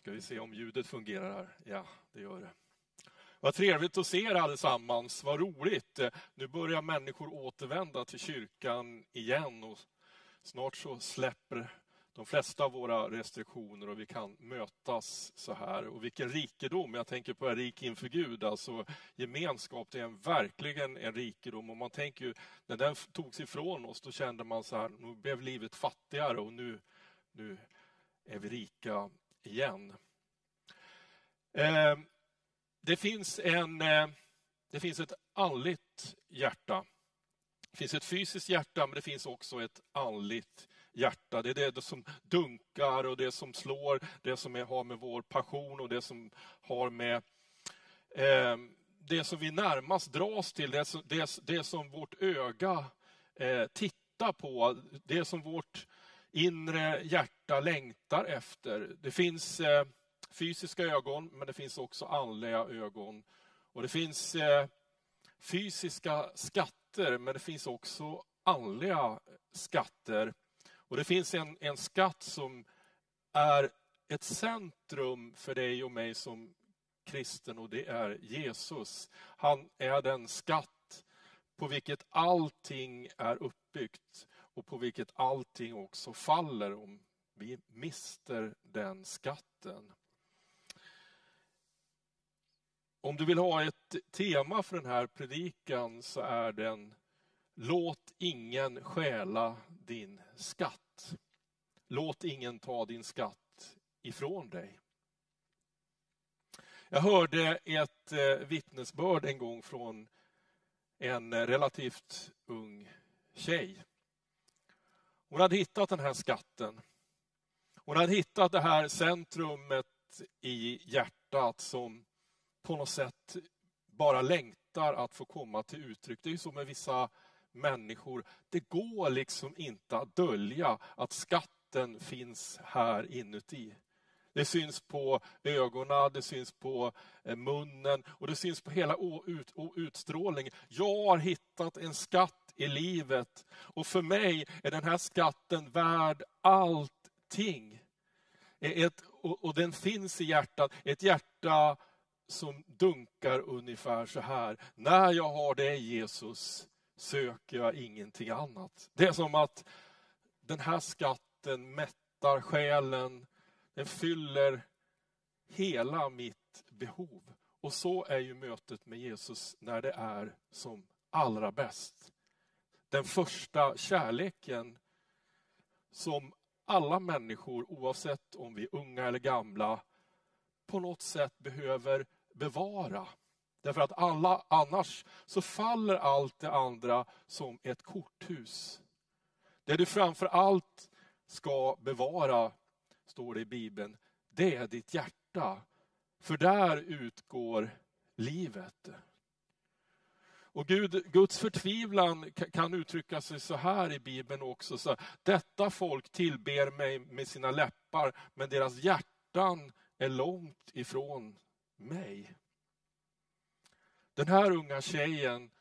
Ska vi se om ljudet fungerar här. Ja, det gör det. Vad trevligt att se er allesammans. Vad roligt. Nu börjar människor återvända till kyrkan igen. Och snart så släpper de flesta av våra restriktioner och vi kan mötas så här. Och vilken rikedom. Jag tänker på en rik inför Gud. Alltså gemenskap, det är verkligen en rikedom. Och man tänker ju, när den togs ifrån oss, då kände man så här, nu blev livet fattigare och nu är vi rika igen. Det finns ett andligt hjärta. Det finns ett fysiskt hjärta, men det finns också ett andligt hjärta. Det är det som dunkar och det som slår, det som har med vår passion och det som har med det som vi närmast dras till, det som vårt öga tittar på, det som vårt inre hjärta längtar efter. Det finns fysiska ögon, men det finns också andliga ögon. Och det finns fysiska skatter, men det finns också andliga skatter. Och det finns en skatt som är ett centrum för dig och mig som kristen, och det är Jesus. Han är den skatt på vilket allting är uppbyggt och på vilket allting också faller om vi mister den skatten. Om du vill ha ett tema för den här predikan så är den: låt ingen stjäla din skatt. Låt ingen ta din skatt ifrån dig. Jag hörde ett vittnesbörd en gång från en relativt ung tjej. Hon hade hittat den här skatten. Hon hade hittat det här centrumet i hjärtat som på något sätt bara längtar att få komma till uttryck. Det är ju så med vissa människor. Det går liksom inte att dölja att skatten finns här inuti. Det syns på ögonen, det syns på munnen och det syns på hela utstrålningen. Jag har hittat en skatt i livet och för mig är den här skatten värd allting. Och den finns i hjärtat, ett hjärta som dunkar ungefär så här: när jag har dig Jesus söker jag ingenting annat. Det är som att den här skatten mättar själen, den fyller hela mitt behov. Och så är ju mötet med Jesus när det är som allra bäst. Den första kärleken som alla människor, oavsett om vi är unga eller gamla, på något sätt behöver bevara. Därför att annars så faller allt det andra som ett korthus. Det du framför allt ska bevara, står det i Bibeln, det är ditt hjärta. För där utgår livet. Och Guds förtvivlan kan uttrycka sig så här i Bibeln också. Så, detta folk tillber mig med sina läppar, men deras hjärtan är långt ifrån mig. Den här unga tjejen,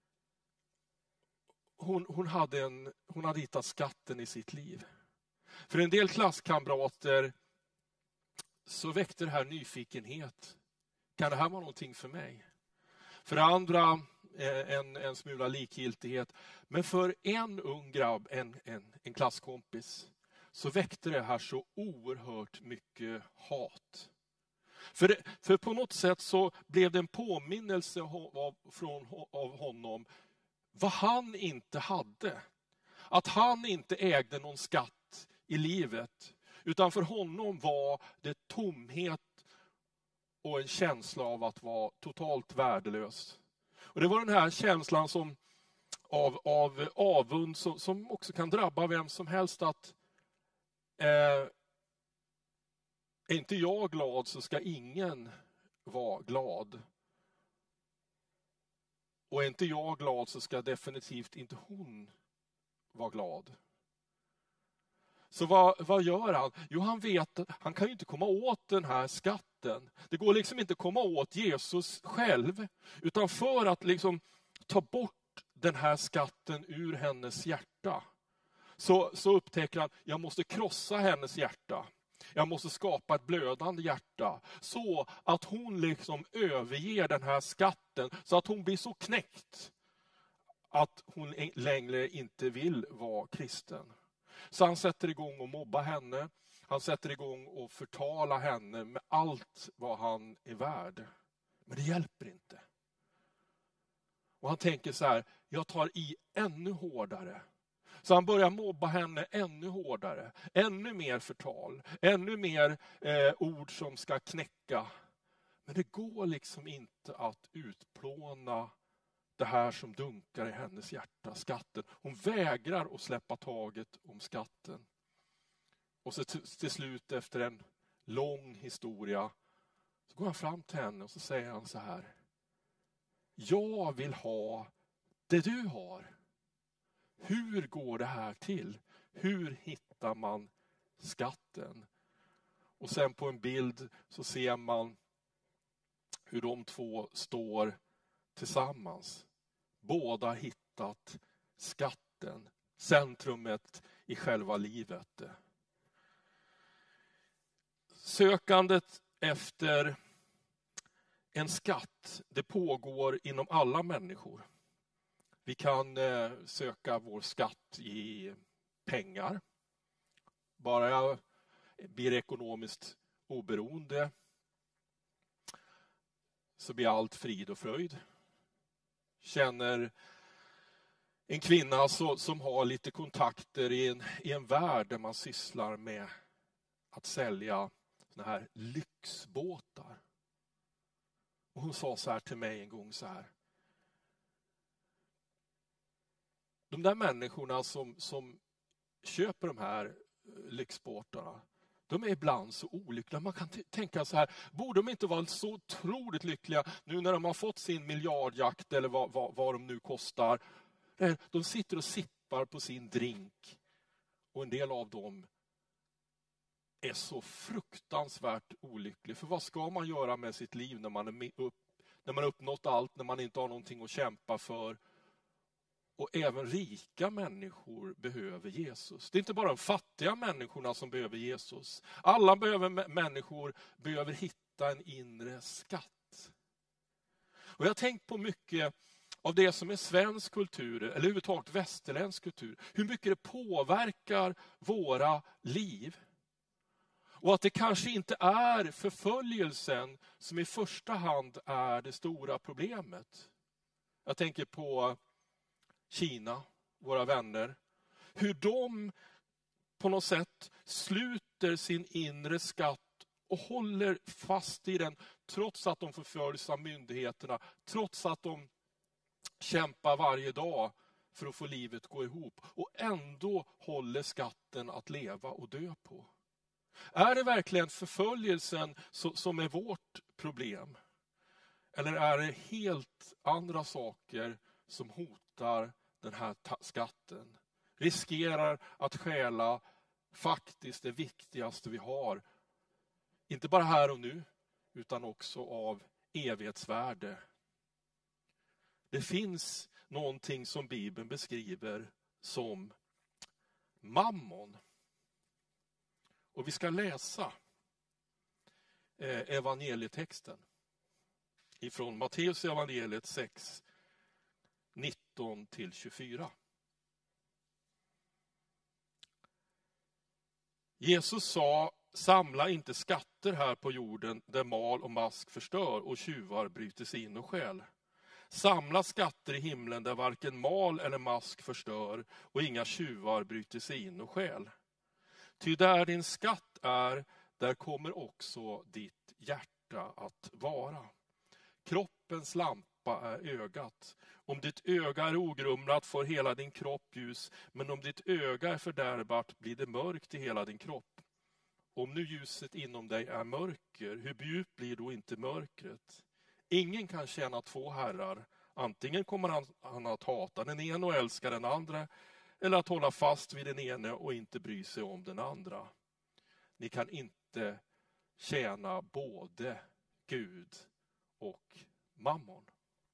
hon hade hittat skatten i sitt liv. För en del klasskamrater så väckte det här nyfikenhet. Kan det här vara någonting för mig? För andra en smula likgiltighet. Men för en ung grabb, en klasskompis, så väckte det här så oerhört mycket hat. För på något sätt så blev det en påminnelse av honom vad han inte hade. Att han inte ägde någon skatt i livet. Utan för honom var det tomhet och en känsla av att vara totalt värdelös. Och det var den här känslan av avund som också kan drabba vem som helst, att är inte jag glad så ska ingen vara glad. Och är inte jag glad så ska definitivt inte hon vara glad. Så vad gör han? Jo, han vet att han kan ju inte komma åt den här skatten. Det går liksom inte att komma åt Jesus själv. Utan för att liksom ta bort den här skatten ur hennes hjärta, så upptäcker han, jag måste krossa hennes hjärta. Jag måste skapa ett blödande hjärta. Så att hon liksom överger den här skatten. Så att hon blir så knäckt att hon längre inte vill vara kristen. Så han sätter igång och mobba henne. Han sätter igång och förtala henne med allt vad han är värd. Men det hjälper inte. Och han tänker så här, jag tar i ännu hårdare. Så han börjar mobba henne ännu hårdare. Ännu mer förtal. Ännu mer ord som ska knäcka. Men det går liksom inte att utplåna det här som dunkar i hennes hjärta, skatten. Hon vägrar att släppa taget om skatten. Och så till slut efter en lång historia så går han fram till henne och så säger han så här. Jag vill ha det du har. Hur går det här till? Hur hittar man skatten? Och sen på en bild så ser man hur de två står tillsammans. Båda har hittat skatten, centrumet i själva livet. Sökandet efter en skatt, det pågår inom alla människor. Vi kan söka vår skatt i pengar. Bara jag blir ekonomiskt oberoende så blir allt frid och fröjd. Känner en kvinna som har lite kontakter i en värld där man sysslar med att sälja såna här lyxbåtar. Och hon sa så här till mig en gång så här. De där människorna som köper de här lyxbåtarna, de är ibland så olyckliga. Man kan tänka så här, borde de inte vara så otroligt lyckliga nu när de har fått sin miljardjakt eller vad de nu kostar. De sitter och sippar på sin drink och en del av dem är så fruktansvärt olycklig. För vad ska man göra med sitt liv när man har uppnått allt, när man inte har någonting att kämpa för? Och även rika människor behöver Jesus. Det är inte bara de fattiga människorna som behöver Jesus. Alla människor behöver hitta en inre skatt. Och jag har tänkt på mycket av det som är svensk kultur, eller överhuvudtaget västerländsk kultur. Hur mycket det påverkar våra liv. Och att det kanske inte är förföljelsen som i första hand är det stora problemet. Jag tänker på Kina, våra vänner. Hur de på något sätt sluter sin inre skatt och håller fast i den trots att de förföljs av myndigheterna. Trots att de kämpar varje dag för att få livet att gå ihop. Och ändå håller skatten att leva och dö på. Är det verkligen förföljelsen som är vårt problem? Eller är det helt andra saker som hotar den här skatten? Riskerar att stjäla faktiskt det viktigaste vi har. Inte bara här och nu, utan också av evighetsvärde. Det finns någonting som Bibeln beskriver som mammon. Och vi ska läsa evangelietexten ifrån Matteus evangeliet 6, 19-24. Jesus sa, samla inte skatter här på jorden där mal och mask förstör och tjuvar bryter sig in och stjäl. Samla skatter i himlen där varken mal eller mask förstör och inga tjuvar bryter sig in och stjäl. Ty där din skatt är, där kommer också ditt hjärta att vara. Kroppens lampa är ögat. Om ditt öga är ogrumlat får hela din kropp ljus, men om ditt öga är fördärvat blir det mörkt i hela din kropp. Om nu ljuset inom dig är mörker, hur djupt blir då inte mörkret? Ingen kan tjäna två herrar. Antingen kommer han att hata den ena och älska den andra, eller att hålla fast vid den ene och inte bry sig om den andra. Ni kan inte tjäna både Gud och mammon.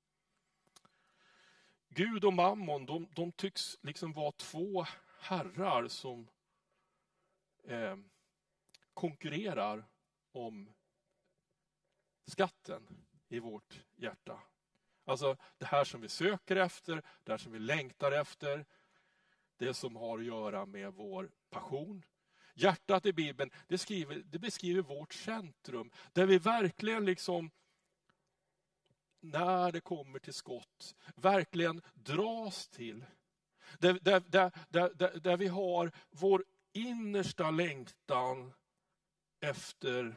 Gud och mammon, de tycks liksom vara två herrar som konkurrerar om skatten i vårt hjärta. Alltså det här som vi söker efter, det här som vi längtar efter, det som har att göra med vår passion. Hjärtat i Bibeln, det beskriver vårt centrum, där vi verkligen liksom, när det kommer till skott, verkligen dras till. Där vi har vår innersta längtan efter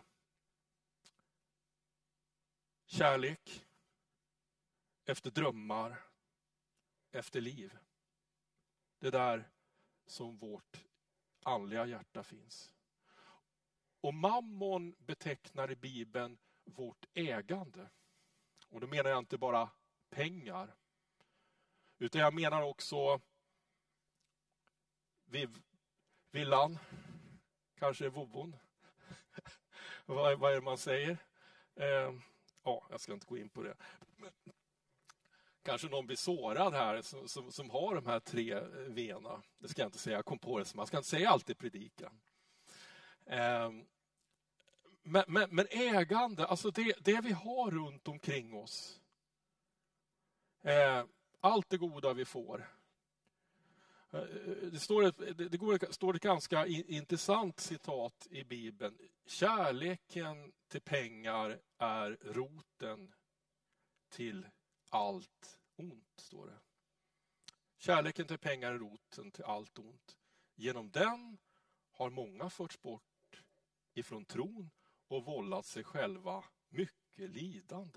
kärlek, efter drömmar, efter liv. Det är där som vårt andliga hjärta finns. Och mammon betecknar i Bibeln vårt ägande. Och då menar jag inte bara pengar, utan jag menar också villan, kanske vovon. Vad är det man säger? Ja, jag ska inte gå in på det. Kanske någon blir sårad här som har de här 3 vena. Det ska jag inte säga, jag kom på det, så man ska inte säga alltid predikan. Men ägande, alltså det vi har runt omkring oss. Allt det goda vi får. Det står ett ganska intressant citat i Bibeln. Kärleken till pengar är roten till allt ont, står det. Kärleken till pengar är roten till allt ont. Genom den har många förts bort ifrån tron och vållat sig själva mycket lidande.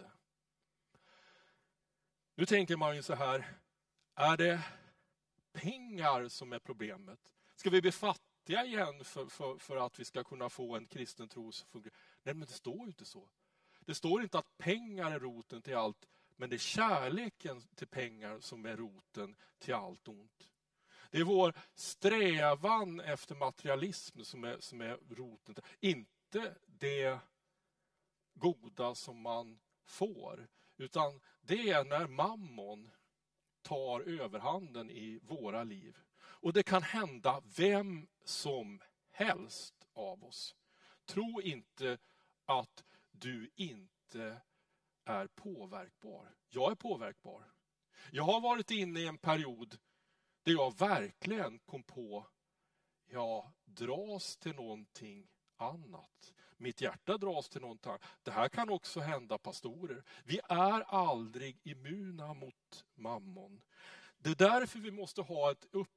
Nu tänker man ju så här, är det pengar som är problemet? Ska vi bli fattiga igen för att vi ska kunna få en kristen tro som fungerar? Nej, men det står ju inte så. Det står inte att pengar är roten till allt, men det är kärleken till pengar som är roten till allt ont. Det är vår strävan efter materialism som är roten. Inte det goda som man får, utan det är när mammon tar överhanden i våra liv. Och det kan hända vem som helst av oss. Tro inte att du inte är påverkbar. Jag är påverkbar. Jag har varit inne i en period där jag verkligen kom på, jag dras till någonting annat. Mitt hjärta dras till någonting annat. Det här kan också hända pastorer. Vi är aldrig immuna mot mammon. Det är därför vi måste ha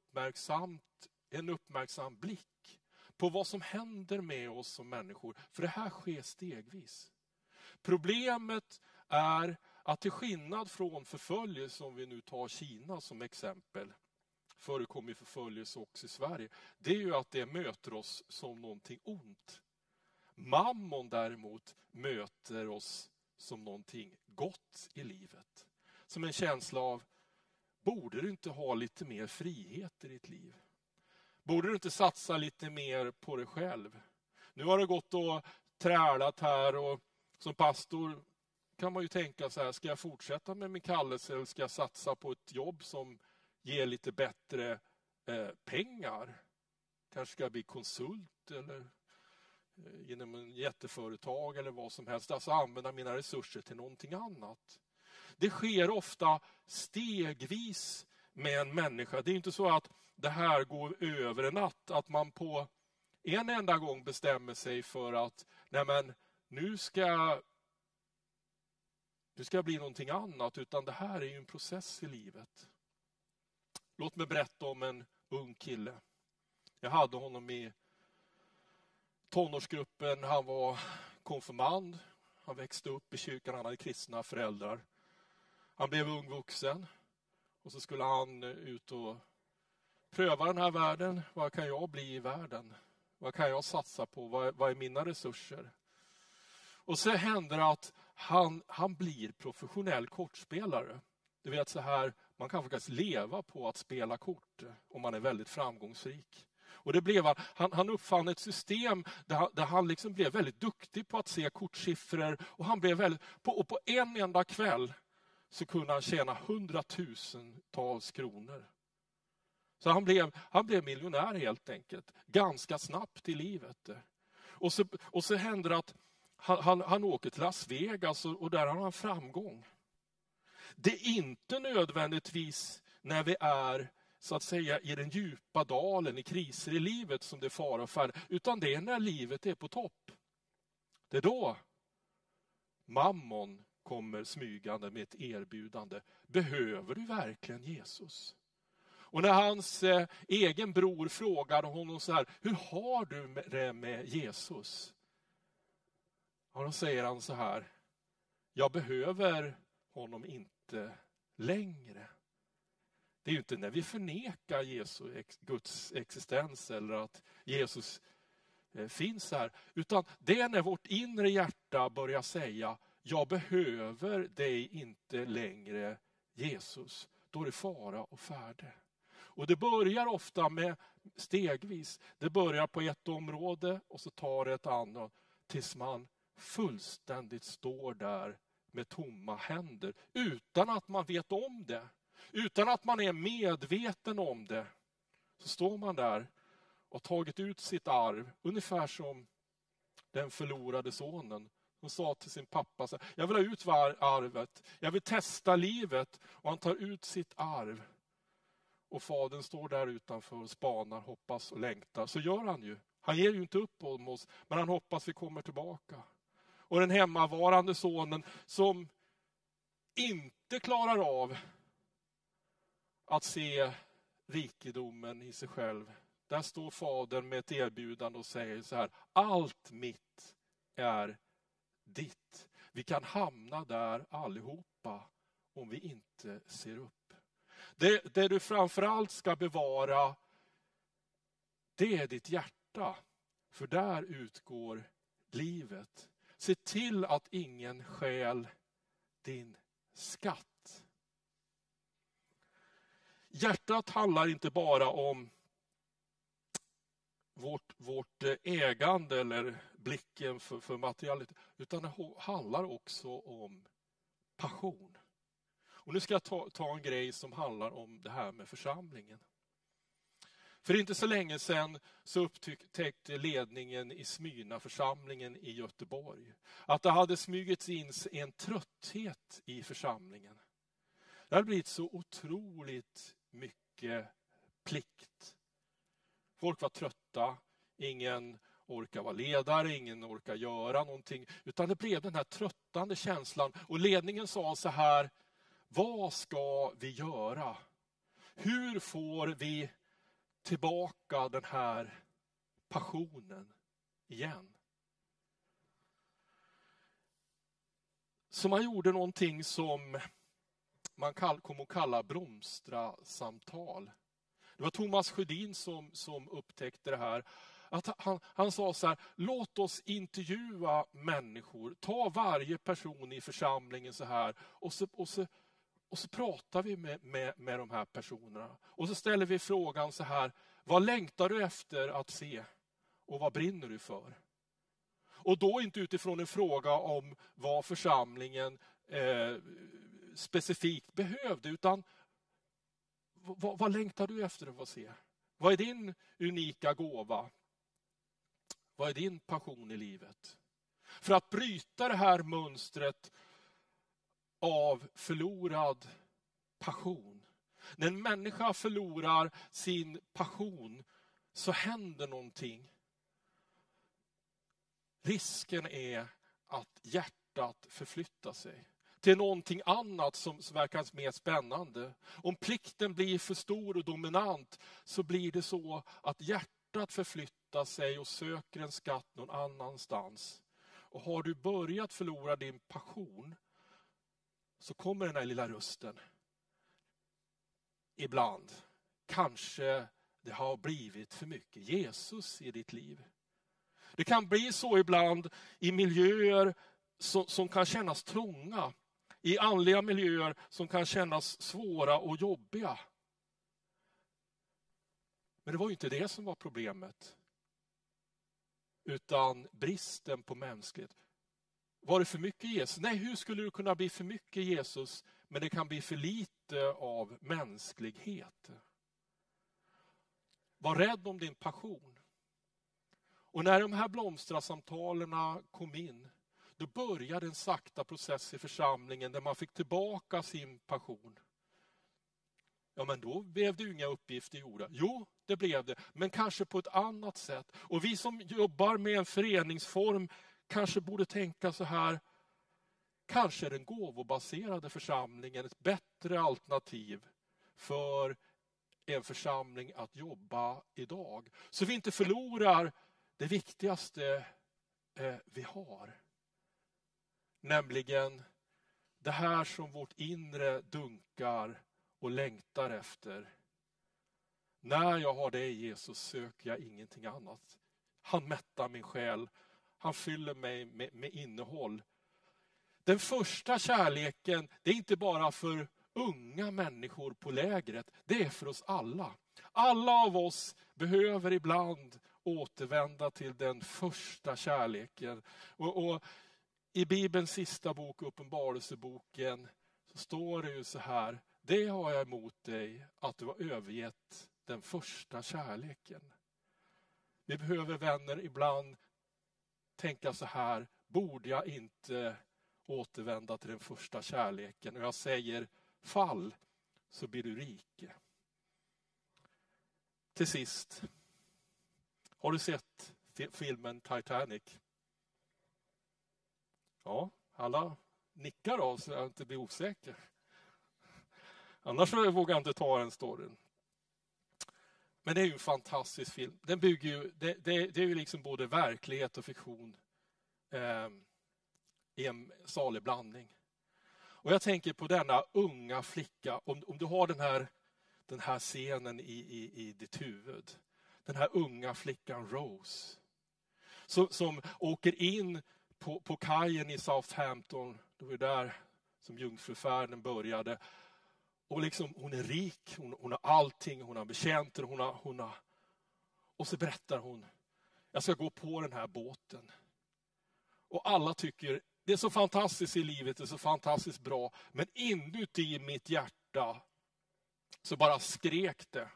en uppmärksam blick på vad som händer med oss som människor. För det här sker stegvis. Problemet är att till skillnad från förföljelse, om vi nu tar Kina som exempel, förekommer förföljelse också i Sverige, det är ju att det möter oss som någonting ont. Mammon däremot möter oss som någonting gott i livet. Som en känsla av, borde du inte ha lite mer frihet i ditt liv? Borde du inte satsa lite mer på dig själv? Nu har det gått och trälat här, och som pastor kan man ju tänka så här, ska jag fortsätta med min kallelse eller ska jag satsa på ett jobb som ger lite bättre pengar? Kanske ska jag bli konsult eller genom en jätteföretag eller vad som helst. Alltså använda mina resurser till någonting annat. Det sker ofta stegvis med en människa. Det är inte så att det här går över en natt. Att man på en enda gång bestämmer sig för att nej men, nu ska jag bli någonting annat. Utan det här är ju en process i livet. Låt mig berätta om en ung kille. Jag hade honom i tonårsgruppen. Han var konfirmand. Han växte upp i kyrkan. Han hade kristna föräldrar. Han blev ung vuxen. Och så skulle han ut och pröva den här världen. Vad kan jag bli i världen? Vad kan jag satsa på? Vad är mina resurser? Och så händer det att han blir professionell kortspelare. Du vet så här, man kan faktiskt leva på att spela kort om man är väldigt framgångsrik. Och det blev han uppfann ett system där han liksom blev väldigt duktig på att se kortsiffror. Och han blev på en enda kväll så kunde han tjäna 100,000-tals kronor. Så han blev miljonär helt enkelt. Ganska snabbt i livet. Och så händer det att han åker till Las Vegas och där har han framgång. Det är inte nödvändigtvis när vi är så att säga i den djupa dalen, i kriser i livet som det är fara och färd, utan det är när livet är på topp. Det är då mammon kommer smygande med ett erbjudande. Behöver du verkligen Jesus? Och när hans egen bror frågar honom så här, hur har du det med Jesus? Och då säger han så här, jag behöver honom inte längre. Det är ju inte när vi förnekar Guds existens eller att Jesus finns här, utan det är när vårt inre hjärta börjar säga, jag behöver dig inte längre Jesus. Då är det fara och färde. Och det börjar ofta med stegvis. Det börjar på ett område och så tar det ett annat tills man fullständigt står där med tomma händer utan att man vet om det. Utan att man är medveten om det. Så står man där och tagit ut sitt arv. Ungefär som den förlorade sonen. Hon sa till sin pappa, jag vill ha ut arvet. Jag vill testa livet. Och han tar ut sitt arv. Och fadern står där utanför och spanar, hoppas och längtar. Så gör han ju. Han ger ju inte upp om oss. Men han hoppas vi kommer tillbaka. Och den hemmavarande sonen som inte klarar av att se rikedomen i sig själv. Där står fadern med ett erbjudande och säger så här, allt mitt är ditt. Vi kan hamna där allihopa om vi inte ser upp. Det du framförallt ska bevara, det är ditt hjärta. För där utgår livet. Se till att ingen stjäl din skatt. Hjärtat handlar inte bara om vårt ägande eller blicken för materialitet, utan det handlar också om passion. Och nu ska jag ta en grej som handlar om det här med församlingen. För inte så länge sedan så upptäckte ledningen i Smyrna församlingen i Göteborg att det hade smugits in en trötthet i församlingen. Det hade blivit så otroligt mycket plikt. Folk var trötta, ingen orkar vara ledare, ingen orkar göra någonting. Utan det blev den här tröttande känslan. Och ledningen sa så här, vad ska vi göra? Hur får vi tillbaka den här passionen igen? Så man gjorde någonting som man kom att kalla Bromstra-samtal. Det var Thomas Sjödin som upptäckte det här. Att han sa så här, låt oss intervjua människor. Ta varje person i församlingen så här. Och så pratar vi med de här personerna. Och så ställer vi frågan så här, vad längtar du efter att se? Och vad brinner du för? Och då inte utifrån en fråga om vad församlingen specifikt behövde, utan vad längtar du efter att få se? Vad är din unika gåva? Vad är din passion i livet? För att bryta det här mönstret av förlorad passion. När en människa förlorar sin passion så händer någonting. Risken är att hjärtat förflyttar sig till någonting annat som verkar mer spännande. Om plikten blir för stor och dominant så blir det så att hjärtat förflyttar sig och söker en skatt någon annanstans. Och har du börjat förlora din passion så kommer den här lilla rösten. Ibland kanske det har blivit för mycket Jesus i ditt liv. Det kan bli så ibland i miljöer som kan kännas trånga. I andliga miljöer som kan kännas svåra och jobbiga. Men det var ju inte det som var problemet. Utan bristen på mänsklighet. Var det för mycket Jesus? Nej, hur skulle det kunna bli för mycket Jesus? Men det kan bli för lite av mänsklighet. Var rädd om din passion. Och när de här blomstrasamtalen kom in, då började en sakta process i församlingen där man fick tillbaka sin passion. Ja, men då blev det ju inga uppgifter gjorda. Jo, det blev det, men kanske på ett annat sätt. Och vi som jobbar med en föreningsform kanske borde tänka så här: kanske är den gåvobaserade församlingen ett bättre alternativ för en församling att jobba idag. Så vi inte förlorar det viktigaste vi har. Nämligen det här som vårt inre dunkar och längtar efter. När jag har dig, Jesus, söker jag ingenting annat. Han mättar min själ. Han fyller mig med innehåll. Den första kärleken, det är inte bara för unga människor på lägret. Det är för oss alla. Alla av oss behöver ibland återvända till den första kärleken. Och i Bibelns sista bok, Uppenbarelseboken, så står det ju så här: det har jag emot dig, att du har övergett den första kärleken. Vi behöver, vänner, ibland tänka så här: borde jag inte återvända till den första kärleken? Och jag säger: fall, så blir du rik. Till sist, har du sett filmen Titanic? Ja, alla nickar av så jag inte blir osäker. Annars vågar jag inte ta den storyn. Men det är ju en fantastisk film. Den bygger ju, det är ju liksom både verklighet och fiktion i en salig blandning. Och jag tänker på denna unga flicka. Om du har den här scenen i ditt huvud. Den här unga flickan Rose. Som åker in på kajen i Southampton. Det var där som jungfrufärden började. Och liksom, hon är rik, hon har allting, hon har betjänter, hon har... Och så berättar hon: jag ska gå på den här båten. Och alla tycker, det är så fantastiskt i livet, det är så fantastiskt bra. Men inuti mitt hjärta så bara skrek det.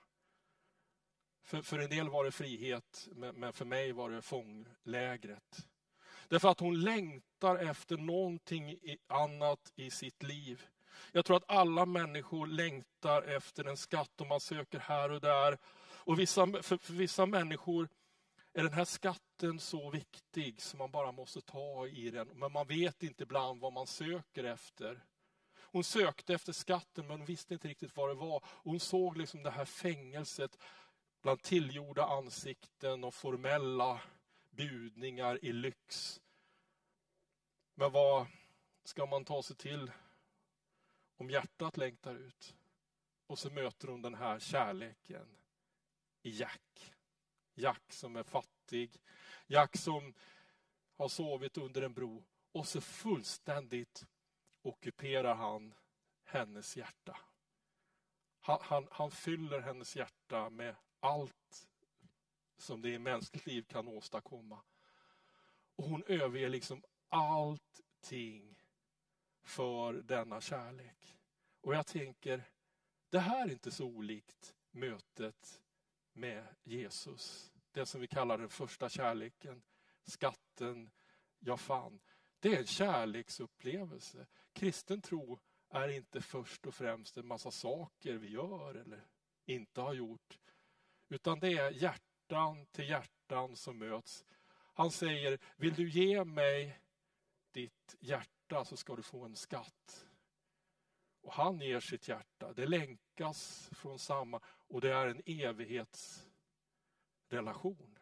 För en del var det frihet, men för mig var det fånglägret. Därför att hon längtar efter någonting annat i sitt liv. Jag tror att alla människor längtar efter en skatt och man söker här och där. Och för vissa människor är den här skatten så viktig så man bara måste ta i den. Men man vet inte ibland vad man söker efter. Hon sökte efter skatten men hon visste inte riktigt vad det var. Och hon såg liksom det här fängelset bland tillgjorda ansikten och formella bjudningar i lyx. Men vad ska man ta sig till om hjärtat längtar ut? Och så möter hon den här kärleken i Jack. Jack som är fattig. Jack som har sovit under en bro. Och så fullständigt ockuperar han hennes hjärta. Han fyller hennes hjärta med allt som det i mänskligt liv kan åstadkomma. Och hon överger liksom allting för denna kärlek. Och jag tänker, det här är inte så olikt mötet med Jesus. Det som vi kallar den första kärleken, skatten jag fann. Det är en kärleksupplevelse. Kristen tro är inte först och främst en massa saker vi gör eller inte har gjort. Utan det är hjärtan till hjärtan som möts. Han säger, vill du ge mig ditt hjärta så ska du få en skatt. Och han ger sitt hjärta. Det länkas från samma och det är en evighetsrelation.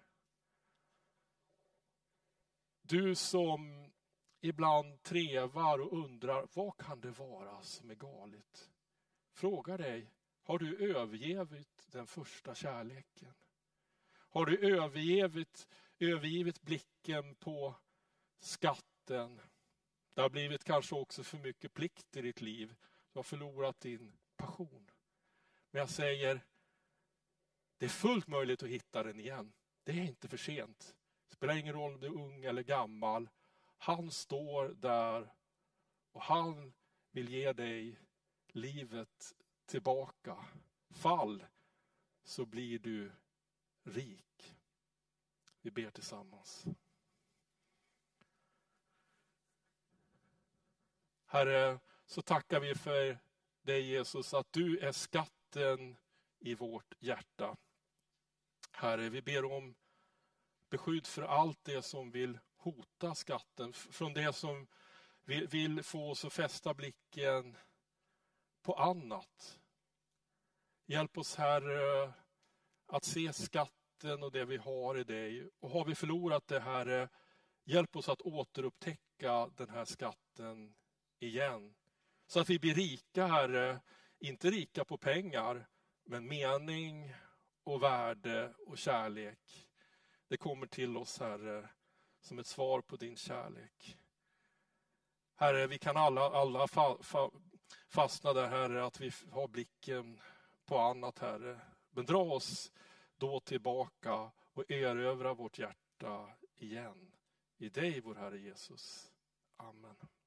Du som ibland trevar och undrar, vad kan det vara som är galet? Fråga dig, har du övergivit den första kärleken? Har du övergivit blicken på skatten? Det har blivit kanske också för mycket plikt i ditt liv. Du har förlorat din passion. Men jag säger, det är fullt möjligt att hitta den igen. Det är inte för sent. Det spelar ingen roll om du är ung eller gammal. Han står där och han vill ge dig livet tillbaka. Fall så blir du rik. Vi ber tillsammans. Herre, så tackar vi för dig Jesus, att du är skatten i vårt hjärta. Herre, vi ber om beskydd för allt det som vill hota skatten, från det som vill få oss att fästa blicken på annat. Hjälp oss, Herre, att se skatten och det vi har i dig. Och har vi förlorat det, Herre, hjälp oss att återupptäcka den här skatten igen. Så att vi blir rika, Herre, inte rika på pengar, men mening och värde och kärlek. Det kommer till oss, Herre, som ett svar på din kärlek. Herre, vi kan alla fastna där, Herre, att vi har blicken på annat, Herre. Men dra oss då tillbaka och erövra vårt hjärta igen. I dig, vår Herre Jesus. Amen.